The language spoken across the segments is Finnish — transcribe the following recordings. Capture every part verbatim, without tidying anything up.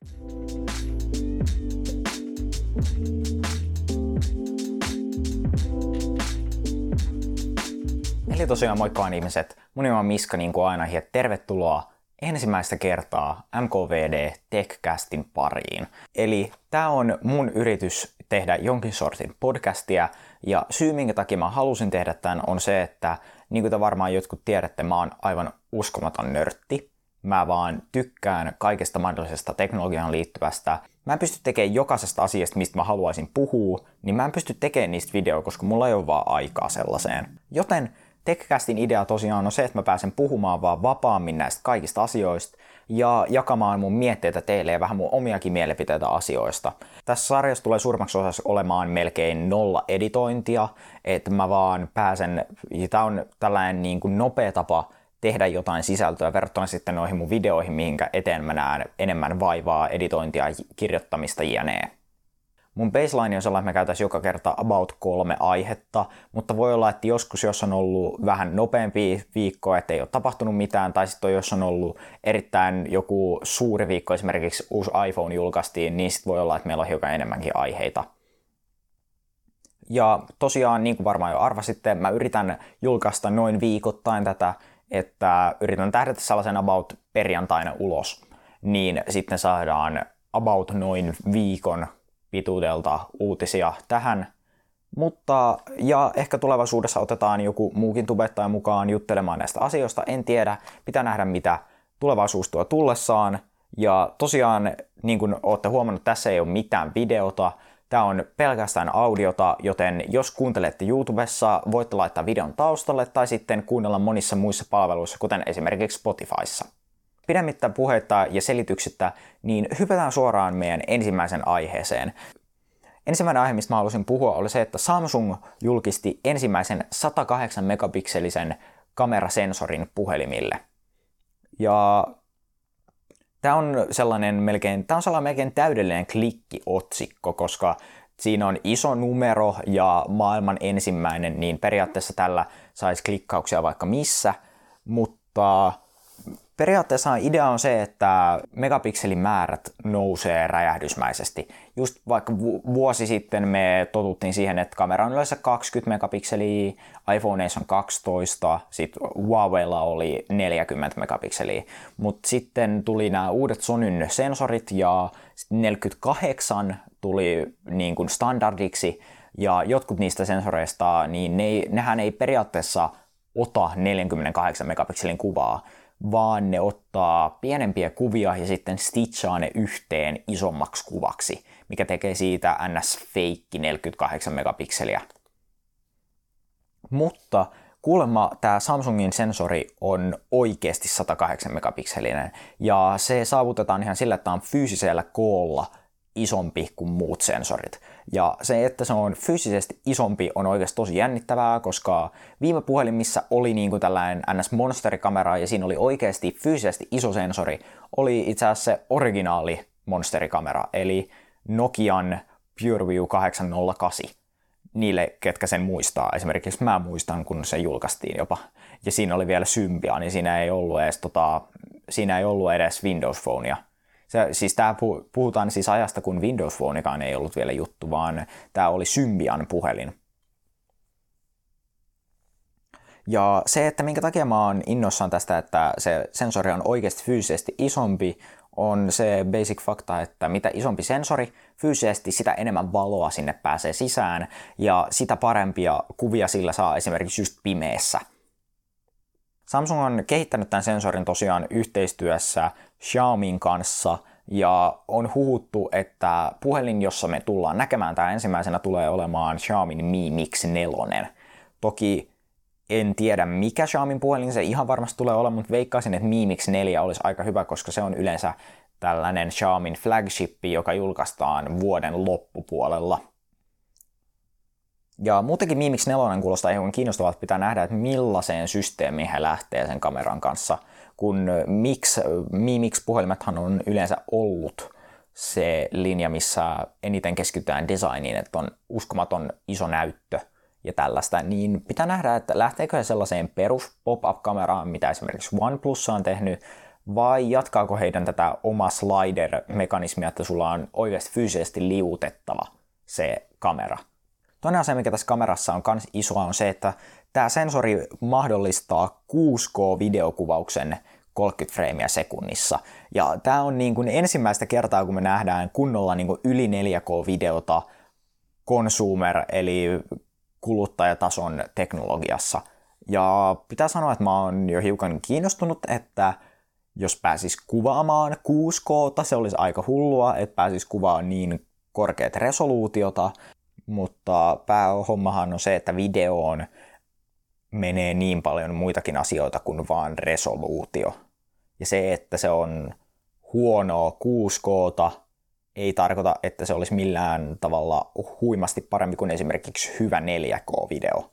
Eli tosiaan moikka vaan ihmiset, mun nimi on Miska niin kuin aina ja tervetuloa ensimmäistä kertaa M K V D TechCastin pariin. Eli tää on mun yritys tehdä jonkin sortin podcastia ja syy minkä takia mä halusin tehdä tän on se, että niin kuin te varmaan jotkut tiedätte, mä oon aivan uskomaton nörtti. Mä vaan tykkään kaikesta mahdollisesta teknologiaan liittyvästä. Mä en pysty tekemään jokaisesta asiasta, mistä mä haluaisin puhua, niin mä en pysty tekemään niistä videoa, koska mulla ei ole vaan aikaa sellaiseen. Joten TechCastin idea tosiaan on se, että mä pääsen puhumaan vaan vapaammin näistä kaikista asioista ja jakamaan mun mietteitä teille ja vähän mun omiakin mielipiteitä asioista. Tässä sarjassa tulee suurimmaksi osaksi olemaan melkein nolla editointia, että mä vaan pääsen, ja tää on tällainen niin kuin nopea tapa tehdä jotain sisältöä verrattuna sitten noihin mun videoihin, mihinkä eteen mä näen enemmän vaivaa, editointia, kirjoittamista jne. Mun baseline on sellainen, että me käytäisiin joka kerta about kolme aihetta, mutta voi olla, että joskus jos on ollut vähän nopeampi viikko, että ei ole tapahtunut mitään, tai sitten jos on ollut erittäin joku suuri viikko, esimerkiksi uusi iPhone julkaistiin, niin sitten voi olla, että meillä on hiukan enemmänkin aiheita. Ja tosiaan, niin kuin varmaan jo arvasitte, mä yritän julkaista noin viikoittain tätä, että yritän tähdätä sellaisen about perjantaina ulos, niin sitten saadaan about noin viikon pituudelta uutisia tähän, mutta ja ehkä tulevaisuudessa otetaan joku muukin tubettaja mukaan juttelemaan näistä asioista, en tiedä, pitää nähdä mitä tulevaisuus tuo tullessaan, ja tosiaan niin kuin olette huomannut, tässä ei ole mitään videota, tämä on pelkästään audiota, joten jos kuuntelette YouTubessa, voitte laittaa videon taustalle tai sitten kuunnella monissa muissa palveluissa, kuten esimerkiksi Spotifyssa. Pidemmittä puheitta ja selityksittä, niin hypätään suoraan meidän ensimmäisen aiheeseen. Ensimmäinen aihe, mistä mä halusin puhua, oli se, että Samsung julkisti ensimmäisen sata kahdeksan megapikselisen kamerasensorin puhelimille. Ja tämä on sellainen melkein, tämä on sellainen melkein täydellinen klikkiotsikko, koska siinä on iso numero ja maailman ensimmäinen, niin periaatteessa tällä saisi klikkauksia vaikka missä, mutta periaatteessa idea on se, että megapikselimäärät nousee räjähdysmäisesti. Just vaikka vuosi sitten me totuttiin siihen, että kamera on yleensä kaksikymmentä megapikseliä, iPhoneissa on kaksitoista, sitten Huaweiilla oli neljäkymmentä megapikseliä, mutta sitten tuli nämä uudet Sonyn sensorit ja neljäkymmentäkahdeksan tuli niin kuin standardiksi ja jotkut niistä sensoreista, niin ne, nehän ei periaatteessa ota neljäkymmentäkahdeksan megapikselin kuvaa, vaan ne ottaa pienempiä kuvia ja sitten stitchaa ne yhteen isommaksi kuvaksi, mikä tekee siitä ns-feikki neljäkymmentäkahdeksan megapikseliä. Mutta kuulemma tämä Samsungin sensori on oikeasti sata kahdeksan megapikselinen ja se saavutetaan ihan sillä, että on fyysisellä koolla isompi kuin muut sensorit. Ja se, että se on fyysisesti isompi, on oikeasti tosi jännittävää, koska viime puhelimissa oli niin kuin tällainen ns monsterikamera ja siinä oli oikeasti fyysisesti iso sensori, oli itse asiassa se originaali monsterikamera, eli Nokian PureView kahdeksan nolla kahdeksan. Niille, ketkä sen muistaa. Esimerkiksi mä muistan, kun se julkaistiin jopa. Ja siinä oli vielä Symbian, niin siinä ei ollut edes, tota, siinä ei ollut edes Windows Phonea. Se, siis tää puhutaan siis ajasta, kun Windows Phonekaan ei ollut vielä juttu, vaan tämä oli Symbian puhelin. Ja se, että minkä takia mä oon innoissaan tästä, että se sensori on oikeasti fyysisesti isompi, on se basic fakta, että mitä isompi sensori, fyysisesti sitä enemmän valoa sinne pääsee sisään, ja sitä parempia kuvia sillä saa esimerkiksi just pimeässä. Samsung on kehittänyt tämän sensorin tosiaan yhteistyössä Xiaomin kanssa ja on huhuttu, että puhelin, jossa me tullaan näkemään tämä ensimmäisenä, tulee olemaan Xiaomin Mi Mix neljä. Toki en tiedä mikä Xiaomin puhelin se ihan varmasti tulee olemaan, mutta veikkaisin, että Mi Mix neljä olisi aika hyvä, koska se on yleensä tällainen Xiaomin flagship, joka julkaistaan vuoden loppupuolella. Ja muutenkin Mi Mix neljä kuulostaa ihan kiinnostavalta, pitää nähdä, että millaiseen systeemiin he lähtee sen kameran kanssa, kun Mix, Mi Mix-puhelimethan on yleensä ollut se linja, missä eniten keskitytään designiin, että on uskomaton iso näyttö ja tällaista, niin pitää nähdä, että lähteekö he sellaiseen perus pop-up-kameraan, mitä esimerkiksi OnePlus on tehnyt, vai jatkaako heidän tätä oma slider-mekanismia, että sulla on oikeasti fyysisesti liutettava se kamera. Toinen asia, mikä tässä kamerassa on kans isoa, on se, että tämä sensori mahdollistaa kuusi K-videokuvauksen kolmekymmentä freimiä sekunnissa. Ja tämä on niin kuin ensimmäistä kertaa, kun me nähdään kunnolla niin kuin yli neljä K-videota consumer, eli kuluttajatason teknologiassa. Ja pitää sanoa, että mä oon jo hiukan kiinnostunut, että jos pääsis kuvaamaan kuusi K, se olisi aika hullua, että pääsis kuvaamaan niin korkeat resoluutiota, mutta päähommahan on se, että videoon menee niin paljon muitakin asioita kuin vaan resoluutio. Ja se, että se on huonoa kuusi K, ei tarkoita, että se olisi millään tavalla huimasti parempi kuin esimerkiksi hyvä neljä K-video.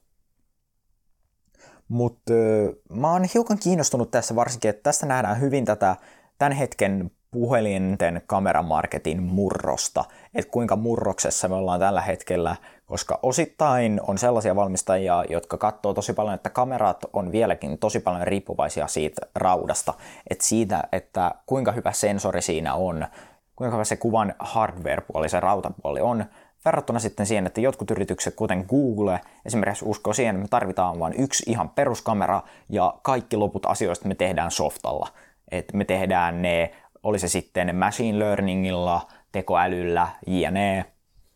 Mutta mä oon hiukan kiinnostunut tässä varsinkin, että tästä nähdään hyvin tätä tämän hetken puhelinten kameramarketin murrosta, että kuinka murroksessa me ollaan tällä hetkellä, koska osittain on sellaisia valmistajia, jotka katsoo tosi paljon, että kamerat on vieläkin tosi paljon riippuvaisia siitä raudasta, että siitä, että kuinka hyvä sensori siinä on, kuinka hyvä se kuvan hardware-puoli, se rautapuoli on, verrattuna sitten siihen, että jotkut yritykset, kuten Google, esimerkiksi uskoo siihen, että me tarvitaan vain yksi ihan peruskamera ja kaikki loput asioista me tehdään softalla. Et me tehdään ne, oli se sitten machine learningilla, tekoälyllä, jne.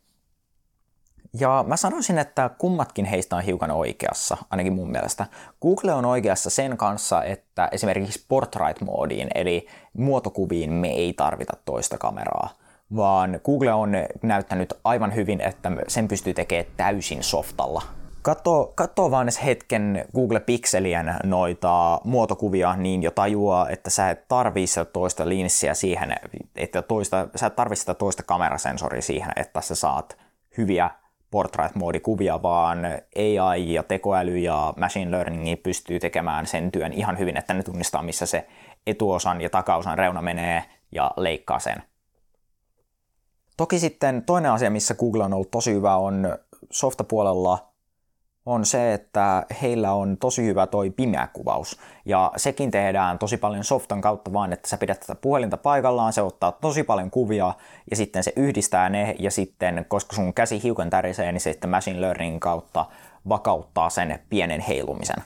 Ja mä sanoisin, että kummatkin heistä on hiukan oikeassa, ainakin mun mielestä. Google on oikeassa sen kanssa, että esimerkiksi portrait-moodiin, eli muotokuviin me ei tarvita toista kameraa, vaan Google on näyttänyt aivan hyvin, että sen pystyy tekemään täysin softalla. Katso, katso vaan edes hetken Google Pixelien noita muotokuvia, niin jo tajuaa, että sä et tarvii sitä toista linssiä siihen, että toista, sä et tarvii sitä toista kamerasensoria siihen, että sä saat hyviä portrait-moodikuvia, vaan A I ja tekoäly ja machine learning pystyy tekemään sen työn ihan hyvin, että ne tunnistaa, missä se etuosan ja takaosan reuna menee ja leikkaa sen. Toki sitten toinen asia, missä Google on ollut tosi hyvä, on softapuolella on se, että heillä on tosi hyvä toi pimeä kuvaus. Ja sekin tehdään tosi paljon softan kautta vaan, että sä pidät tätä puhelinta paikallaan, se ottaa tosi paljon kuvia ja sitten se yhdistää ne ja sitten, koska sun käsi hiukan tärisee, niin se sitten machine learning kautta vakauttaa sen pienen heilumisen.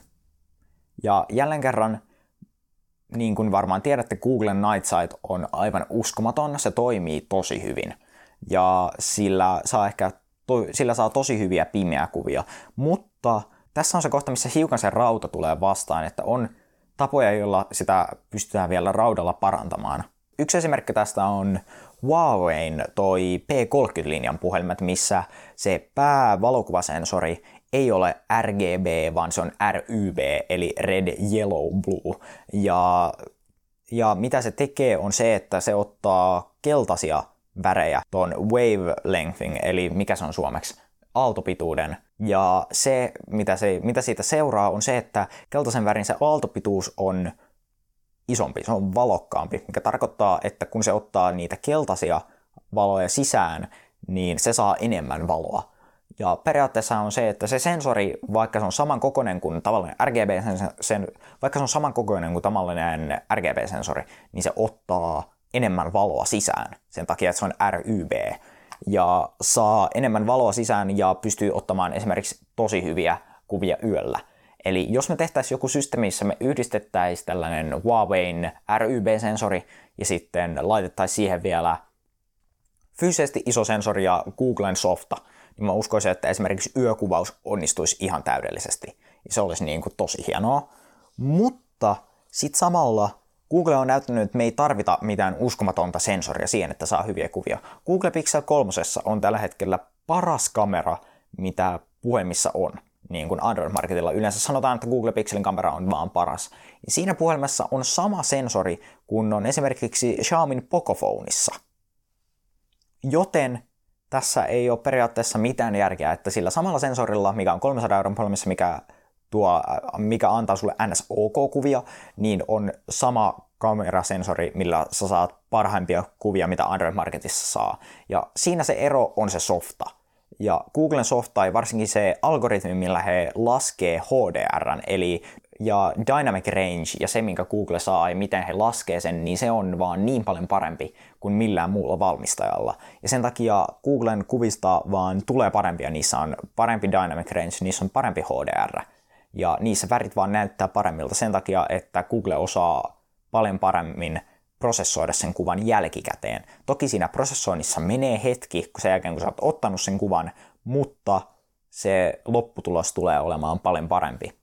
Ja jälleen kerran, niin kuin varmaan tiedätte, Googlen Night Sight on aivan uskomaton, se toimii tosi hyvin. Ja sillä saa ehkä to, sillä saa tosi hyviä pimeä kuvia, mutta tässä on se kohta, missä hiukan se rauta tulee vastaan, että on tapoja, joilla sitä pystytään vielä raudalla parantamaan. Yksi esimerkki tästä on Huawein toi P kolmekymmentä-linjan puhelimet, missä se päävalokuvasensori ei ole R G B, vaan se on R Y B, eli Red, Yellow, Blue. Ja, ja mitä se tekee on se, että se ottaa keltaisia värejä ton wavelengthin, eli mikä se on suomeksi, aaltopituuden. Ja se mitä, se, mitä siitä seuraa, on se, että keltaisen värin se aaltopituus on isompi, se on valokkaampi, mikä tarkoittaa, että kun se ottaa niitä keltaisia valoja sisään, niin se saa enemmän valoa. Ja periaatteessa on se, että se sensori, vaikka se on samankokoinen kuin tavallinen R G B-sensori, vaikka se on samankokoinen kuin tavallinen R G B-sensori, niin se ottaa enemmän valoa sisään sen takia, että se on R Y B. Ja saa enemmän valoa sisään ja pystyy ottamaan esimerkiksi tosi hyviä kuvia yöllä. Eli jos me tehtäisiin joku systeemi, missä me yhdistettäisiin tällainen Huawein R Y B-sensori ja sitten laitettaisiin siihen vielä fyysisesti iso sensori ja Googlen softa, niin mä uskoisin, että esimerkiksi yökuvaus onnistuisi ihan täydellisesti. Ja se olisi niin kuin tosi hienoa. Mutta sitten samalla Google on näyttänyt, että me ei tarvita mitään uskomatonta sensoria siihen, että saa hyviä kuvia. Google Pixel kolme on tällä hetkellä paras kamera, mitä puhelimissa on. Niin kuin Android-marketilla yleensä sanotaan, että Google Pixelin kamera on vaan paras. Ja siinä puhelimessa on sama sensori kuin on esimerkiksi Xiaomin Pocofoneissa. Joten tässä ei ole periaatteessa mitään järkeä, että sillä samalla sensorilla, mikä on kolmesadan euron puhelimessa, mikä, tuo, mikä antaa sulle N S OK-kuvia, niin on sama kamerasensori, millä sä saat parhaimpia kuvia, mitä Android-marketissa saa. Ja siinä se ero on se softa. Ja Googlen softa ja varsinkin se algoritmi, millä he laskee H D R:n, eli ja dynamic range ja se, minkä Google saa ja miten he laskee sen, niin se on vaan niin paljon parempi kuin millään muulla valmistajalla. Ja sen takia Googlen kuvista vaan tulee parempia, niissä on parempi dynamic range, niissä on parempi H D R. Ja niissä värit vaan näyttää paremmilta sen takia, että Google osaa paljon paremmin prosessoida sen kuvan jälkikäteen. Toki siinä prosessoinnissa menee hetki, kun sen jälkeen kun sä oot ottanut sen kuvan, mutta se lopputulos tulee olemaan paljon parempi.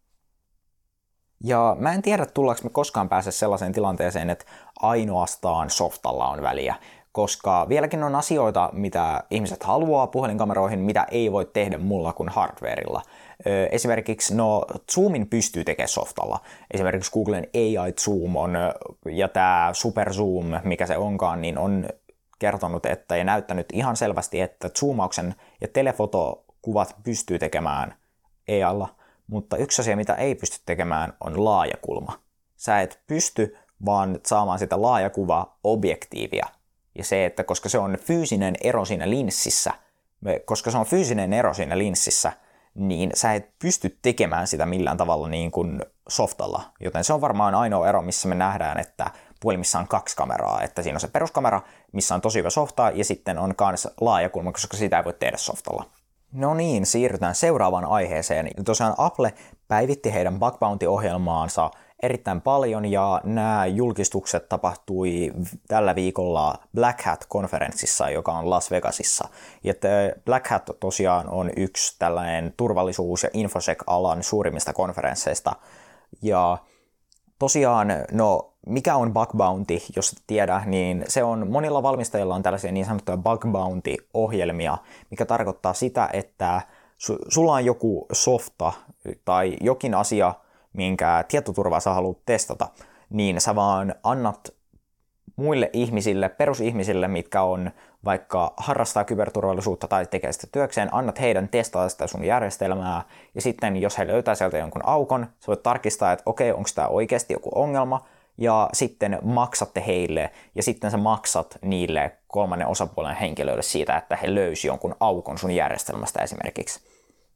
Ja mä en tiedä, tullaanko me koskaan pääse sellaiseen tilanteeseen, että ainoastaan softalla on väliä, koska vieläkin on asioita, mitä ihmiset haluaa puhelinkameroihin, mitä ei voi tehdä mulla kuin hardwarella. Esimerkiksi no, zoomin pystyy tekemään softalla. Esimerkiksi Googlen A I Zoom on, ja tämä Super Zoom, mikä se onkaan, niin on kertonut että, ja näyttänyt ihan selvästi, että zoomauksen ja telefotokuvat pystyy tekemään A I:lla, mutta yksi asia, mitä ei pysty tekemään, on laajakulma. Sä et pysty vaan saamaan sitä laajakuvaa objektiivia. Ja se, että koska se on fyysinen ero siinä linssissä, koska se on fyysinen ero siinä linssissä, niin sä et pysty tekemään sitä millään tavalla niin kuin softalla. Joten se on varmaan ainoa ero, missä me nähdään, että puhelimissa on kaksi kameraa. Että siinä on se peruskamera, missä on tosi hyvä softa, ja sitten on myös laajakulma, koska sitä ei voi tehdä softalla. No niin, siirrytään seuraavaan aiheeseen. Tosiaan Apple päivitti heidän Bug Bounty-ohjelmaansa erittäin paljon, ja nämä julkistukset tapahtui tällä viikolla Black Hat-konferenssissa, joka on Las Vegasissa. Ja Black Hat tosiaan on yksi tällainen turvallisuus- ja infosec-alan suurimmista konferensseista. Ja tosiaan, no mikä on Bug Bounty, jos et tiedä, niin se on, monilla valmistajilla on tällaisia niin sanottuja Bug Bounty-ohjelmia, mikä tarkoittaa sitä, että su- sulla on joku softa tai jokin asia, minkä tietoturvaa sä haluat testata, niin sä vaan annat muille ihmisille, perusihmisille, mitkä on vaikka harrastaa kyberturvallisuutta tai tekee sitä työkseen, annat heidän testata sitä sun järjestelmää, ja sitten jos he löytää sieltä jonkun aukon, sä voit tarkistaa, että okei, onko tämä oikeasti joku ongelma, ja sitten maksatte heille, ja sitten sä maksat niille kolmannen osapuolen henkilöille siitä, että he löysi jonkun aukon sun järjestelmästä esimerkiksi.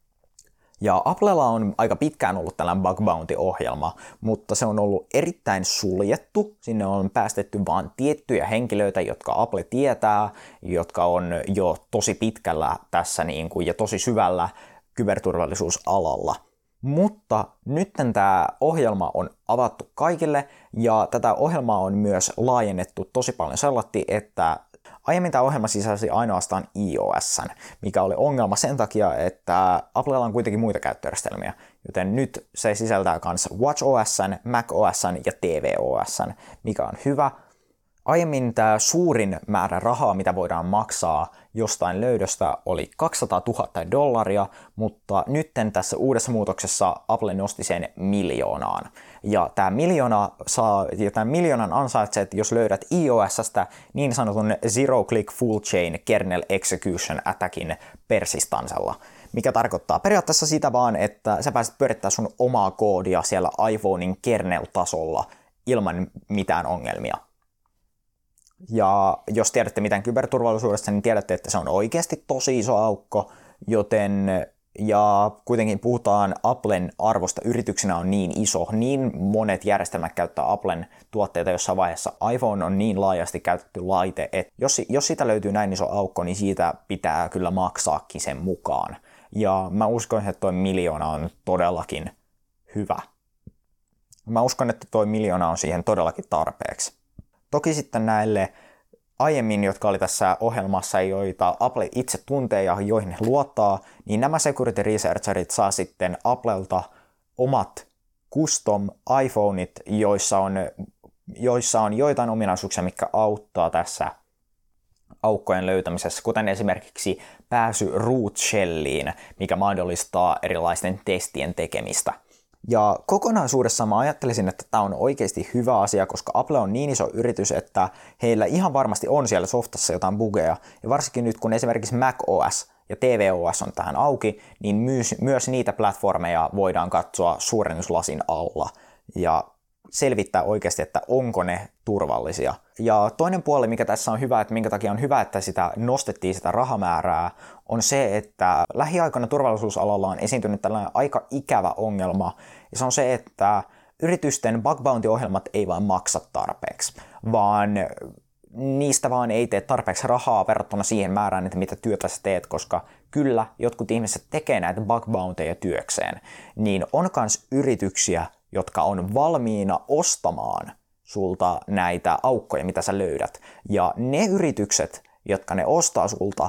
Ja Applella on aika pitkään ollut tällainen Bug Bounty-ohjelma, mutta se on ollut erittäin suljettu. Sinne on päästetty vain tiettyjä henkilöitä, jotka Apple tietää, jotka on jo tosi pitkällä tässä niin kuin, ja tosi syvällä kyberturvallisuusalalla. Mutta nyt tämä ohjelma on avattu kaikille, ja tätä ohjelmaa on myös laajennettu tosi paljon sellatti, että aiemmin tämä ohjelma sisälsi ainoastaan iOS:n, mikä oli ongelma sen takia, että Applella on kuitenkin muita käyttöjärjestelmiä, joten nyt se sisältää myös WatchOS:n, macOS:n ja tvOS:n, mikä on hyvä. Aiemmin tämä suurin määrä rahaa, mitä voidaan maksaa jostain löydöstä, oli kaksisataatuhatta dollaria, mutta nytten tässä uudessa muutoksessa Apple nosti sen miljoonaan. Ja tämä miljoona saa, ja tämän miljoonan ansaitset, jos löydät iOS:stä niin sanotun Zero Click Full Chain Kernel Execution Attackin persistansella, mikä tarkoittaa periaatteessa sitä vaan, että sä pääset pyörittämään sun omaa koodia siellä iPhonein kernel-tasolla ilman mitään ongelmia. Ja jos tiedätte mitään kyberturvallisuudesta, niin tiedätte, että se on oikeasti tosi iso aukko, joten ja kuitenkin puhutaan Applen arvosta yrityksenä on niin iso, niin monet järjestelmät käyttää Applen tuotteita jossain vaiheessa. iPhone on niin laajasti käytetty laite, että jos, jos siitä löytyy näin iso aukko, niin siitä pitää kyllä maksaakin sen mukaan. Ja mä uskon, että toi miljoona on todellakin hyvä. Mä uskon, että toi miljoona on siihen todellakin tarpeeksi. Toki sitten näille aiemmin, jotka oli tässä ohjelmassa, joita Apple itse tuntee ja joihin he luottaa, niin nämä security researcherit saa sitten Applelta omat custom iPhoneit, joissa on, joissa on joitain ominaisuuksia, mitkä auttaa tässä aukkojen löytämisessä, kuten esimerkiksi pääsy root shelliin, mikä mahdollistaa erilaisten testien tekemistä. Ja kokonaisuudessaan mä ajattelisin, että tämä on oikeasti hyvä asia, koska Apple on niin iso yritys, että heillä ihan varmasti on siellä softassa jotain bugeja. Ja varsinkin nyt, kun esimerkiksi macOS ja tvOS on tähän auki, niin myös, myös niitä platformeja voidaan katsoa suurennuslasin alla. Ja selvittää oikeasti, että onko ne turvallisia. Ja toinen puoli, mikä tässä on hyvä, että minkä takia on hyvä, että sitä nostettiin sitä rahamäärää, on se, että lähiaikoina turvallisuusalalla on esiintynyt tällainen aika ikävä ongelma, ja se on se, että yritysten bug bounty-ohjelmat ei vaan maksa tarpeeksi, vaan niistä vaan ei tee tarpeeksi rahaa verrattuna siihen määrään, että mitä työtä sä teet, koska kyllä jotkut ihmiset tekee näitä bug bountyja työkseen, niin on myös yrityksiä, jotka on valmiina ostamaan sulta näitä aukkoja, mitä sä löydät. Ja ne yritykset, jotka ne ostaa sulta,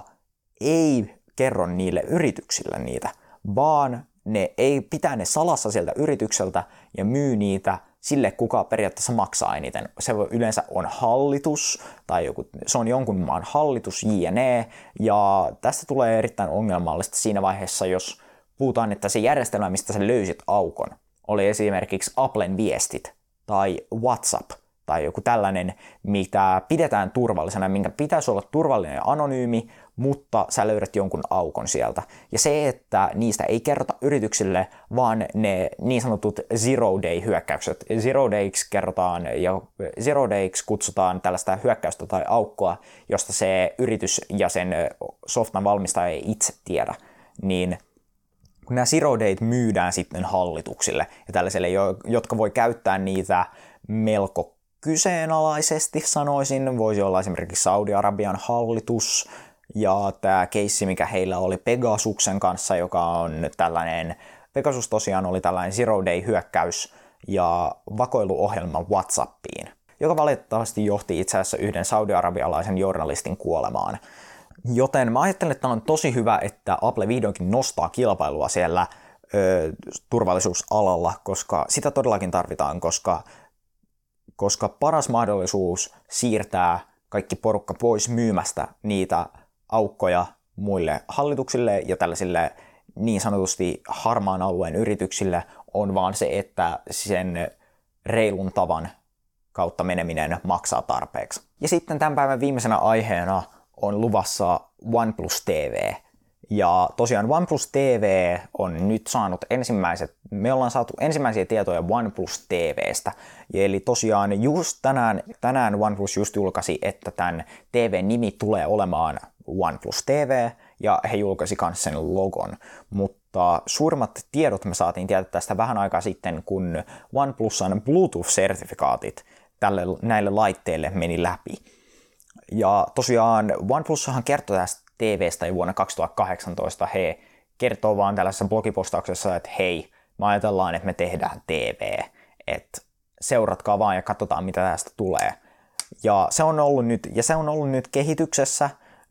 ei kerro niille yrityksille niitä, vaan ne ei pitää ne salassa sieltä yritykseltä ja myy niitä sille, kuka periaatteessa maksaa eniten. Se yleensä on hallitus, tai joku, se on jonkun maan hallitus, jne. Ja tästä tulee erittäin ongelmallista siinä vaiheessa, jos puhutaan, että se järjestelmä, mistä sä löysit aukon, oli esimerkiksi Applen viestit, tai WhatsApp, tai joku tällainen, mitä pidetään turvallisena, minkä pitäisi olla turvallinen ja anonyymi, mutta sä löydät jonkun aukon sieltä. Ja se, että niistä ei kerrota yrityksille, vaan ne niin sanotut zero day hyökkäykset. Zero dayksi kerrotaan ja zero dayksi kutsutaan tällaista hyökkäystä tai aukkoa, josta se yritys ja sen softan valmistaja ei itse tiedä. Niin kun nämä zero dayt myydään sitten hallituksille ja tällaisille, jotka voi käyttää niitä melko kyseenalaisesti, sanoisin. Voisi olla esimerkiksi Saudi-Arabian hallitus, ja tämä keissi, mikä heillä oli Pegasus'en kanssa, joka on tällainen, Pegasus tosiaan oli tällainen zero day hyökkäys ja vakoiluohjelma WhatsAppiin, joka valitettavasti johti itse asiassa yhden saudi-arabialaisen journalistin kuolemaan. Joten mä ajattelen, että on tosi hyvä, että Apple vihdoinkin nostaa kilpailua siellä ö, turvallisuusalalla, koska sitä todellakin tarvitaan, koska, koska paras mahdollisuus siirtää kaikki porukka pois myymästä niitä aukkoja muille hallituksille ja tällaisille niin sanotusti harmaan alueen yrityksille on vaan se, että sen reilun tavan kautta meneminen maksaa tarpeeksi. Ja sitten tämän päivän viimeisenä aiheena on luvassa OnePlus T V. Ja tosiaan OnePlus T V on nyt saanut ensimmäiset, me ollaan saatu ensimmäisiä tietoja OnePlus T V:stä. Eli tosiaan just tänään, tänään OnePlus just julkaisi, että tämän T V-nimi tulee olemaan OnePlus T V, ja he julkaisi myös sen logon. Mutta suurimmat tiedot me saatiin tietää tästä vähän aikaa sitten, kun OnePlusan Bluetooth-sertifikaatit tälle, näille laitteille meni läpi. Ja tosiaan OnePlushan kertoi tästä T V:stä jo vuonna kaksituhattakahdeksantoista. He kertoo vaan tällaisessa blogipostauksessa, että hei, me ajatellaan, että me tehdään T V. Että seuratkaa vaan ja katsotaan, mitä tästä tulee. Ja se on ollut nyt, ja se on ollut nyt kehityksessä.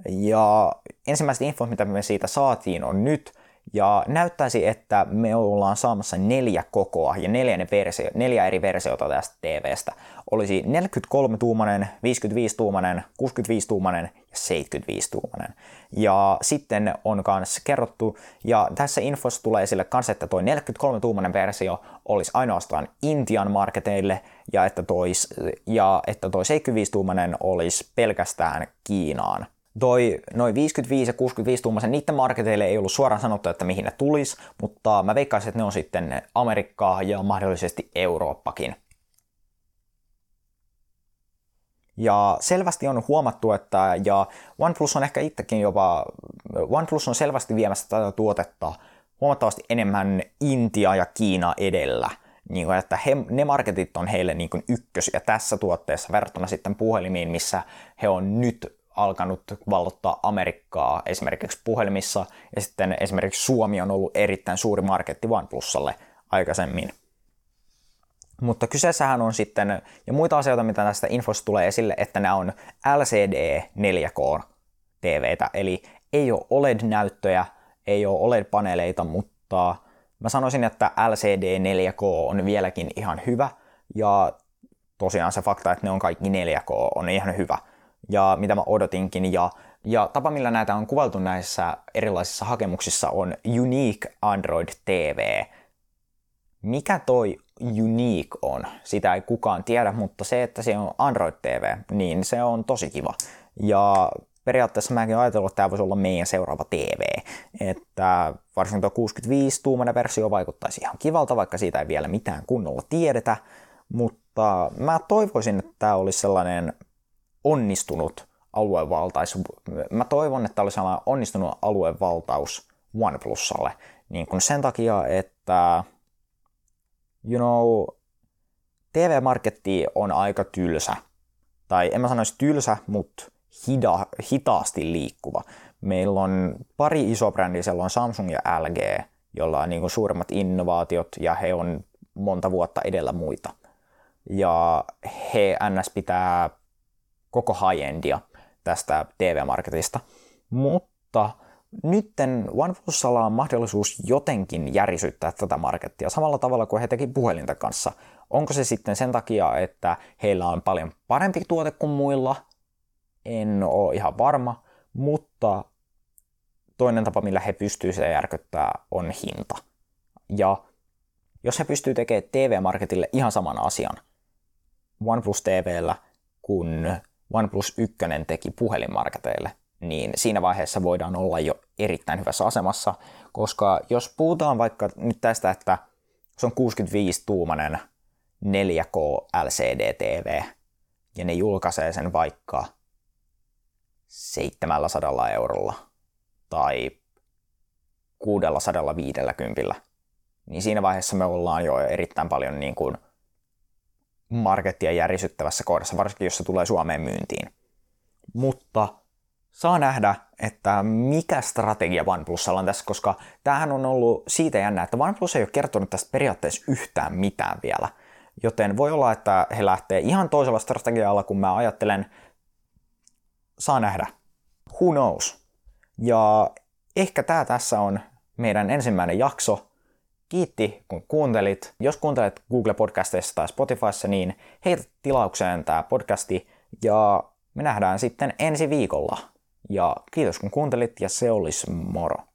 Ja ensimmäiset infot, mitä me siitä saatiin, on nyt. Ja näyttäisi, että me ollaan saamassa neljä kokoa ja neljä, versio, neljä eri versiota tästä T V:stä. Olisi neljäkymmentäkolme tuumainen, viisikymmentäviisi tuumainen, kuusikymmentäviisi tuumainen ja seitsemänkymmentäviisi tuumainen. Ja sitten on myös kerrottu, ja tässä infossa tulee esille myös, että tuo neljäkymmentäkolme tuumainen versio olisi ainoastaan Intian marketeille, ja että tuo ja että toi seitsemänkymmentäviisi tuumainen olisi pelkästään Kiinaan. Toi noin viisikymmentäviisi ja kuusikymmentäviisi tuumaisen, niiden marketeille ei ollut suoraan sanottu, että mihin ne tulis, mutta mä veikkaisin, että ne on sitten Amerikkaa ja mahdollisesti Eurooppakin. Ja selvästi on huomattu, että ja OnePlus on ehkä itsekin jopa, OnePlus on selvästi viemässä tätä tuotetta huomattavasti enemmän Intia ja Kiina edellä. Niin kuin, että he, ne marketit on heille niin kuin ykkösiä tässä tuotteessa verrattuna sitten puhelimiin, missä he on nyt alkanut vallottaa Amerikkaa esimerkiksi puhelimissa, ja sitten esimerkiksi Suomi on ollut erittäin suuri marketti OnePlusalle aikaisemmin. Mutta kyseessähän on sitten, ja muita asioita, mitä tästä infosta tulee esille, että nämä on L C D neljä K T V:tä, eli ei ole O L E D-näyttöjä, ei ole O L E D-paneeleita, mutta mä sanoisin, että L C D neljä K on vieläkin ihan hyvä, ja tosiaan se fakta, että ne on kaikki neljä K on ihan hyvä. Ja mitä mä odotinkin, ja, ja tapa millä näitä on kuvailtu näissä erilaisissa hakemuksissa on Unique Android T V. Mikä toi Unique on? Sitä ei kukaan tiedä, mutta se, että se on Android T V, niin se on tosi kiva. Ja periaatteessa mäkin ajatellut, että tämä voisi olla meidän seuraava T V. Että varsinkin tuo kuusikymmentäviisi tuumainen versio vaikuttaisi ihan kivalta, vaikka siitä ei vielä mitään kunnolla tiedetä. mutta mä toivoisin, että tämä olisi sellainen onnistunut aluevaltaus. Mä toivon, että tämä olisi sellainen onnistunut aluevaltaus OnePlusalle. Niin kuin sen takia, että you know, T V-marketti on aika tylsä. Tai en mä sanoisi tylsä, mutta hida, hitaasti liikkuva. Meillä on pari iso brändiä, siellä on Samsung ja L G, jolla on niin kuin suurimmat innovaatiot ja he on monta vuotta edellä muita. Ja he ns. Pitää koko high-endia tästä T V-marketista. Mutta nytten OnePlusalla on mahdollisuus jotenkin järisyttää tätä markettia samalla tavalla kuin he teki puhelinten kanssa. Onko se sitten sen takia, että heillä on paljon parempi tuote kuin muilla? En ole ihan varma, mutta toinen tapa, millä he pystyvät sitä järkyttää, on hinta. Ja jos he pystyvät tekemään T V-marketille ihan saman asian OnePlus T V:llä, kun OnePlus yksi teki puhelinmarketeille, niin siinä vaiheessa voidaan olla jo erittäin hyvässä asemassa, koska jos puhutaan vaikka nyt tästä, että se on kuusikymmentäviisi-tuumainen neljä K L C D T V, ja ne julkaisee sen vaikka seitsemänsataa eurolla tai kuusisataaviisikymmentä, niin siinä vaiheessa me ollaan jo erittäin paljon niin kuin markettia järisyttävässä kohdassa, varsinkin jos se tulee Suomeen myyntiin. Mutta saa nähdä, että mikä strategia OnePlusalla on tässä, koska tämähän on ollut siitä jännä, että OnePlus ei ole kertonut tästä periaatteessa yhtään mitään vielä. Joten voi olla, että he lähtee ihan toisella strategialla, kun mä ajattelen. Saa nähdä. Who knows? Ja ehkä tämä tässä on meidän ensimmäinen jakso. Kiitti, kun kuuntelit. Jos kuuntelet Google Podcasteissa tai Spotifyssa, niin heitä tilaukseen tämä podcasti ja me nähdään sitten ensi viikolla. Ja kiitos kun kuuntelit ja se olisi moro.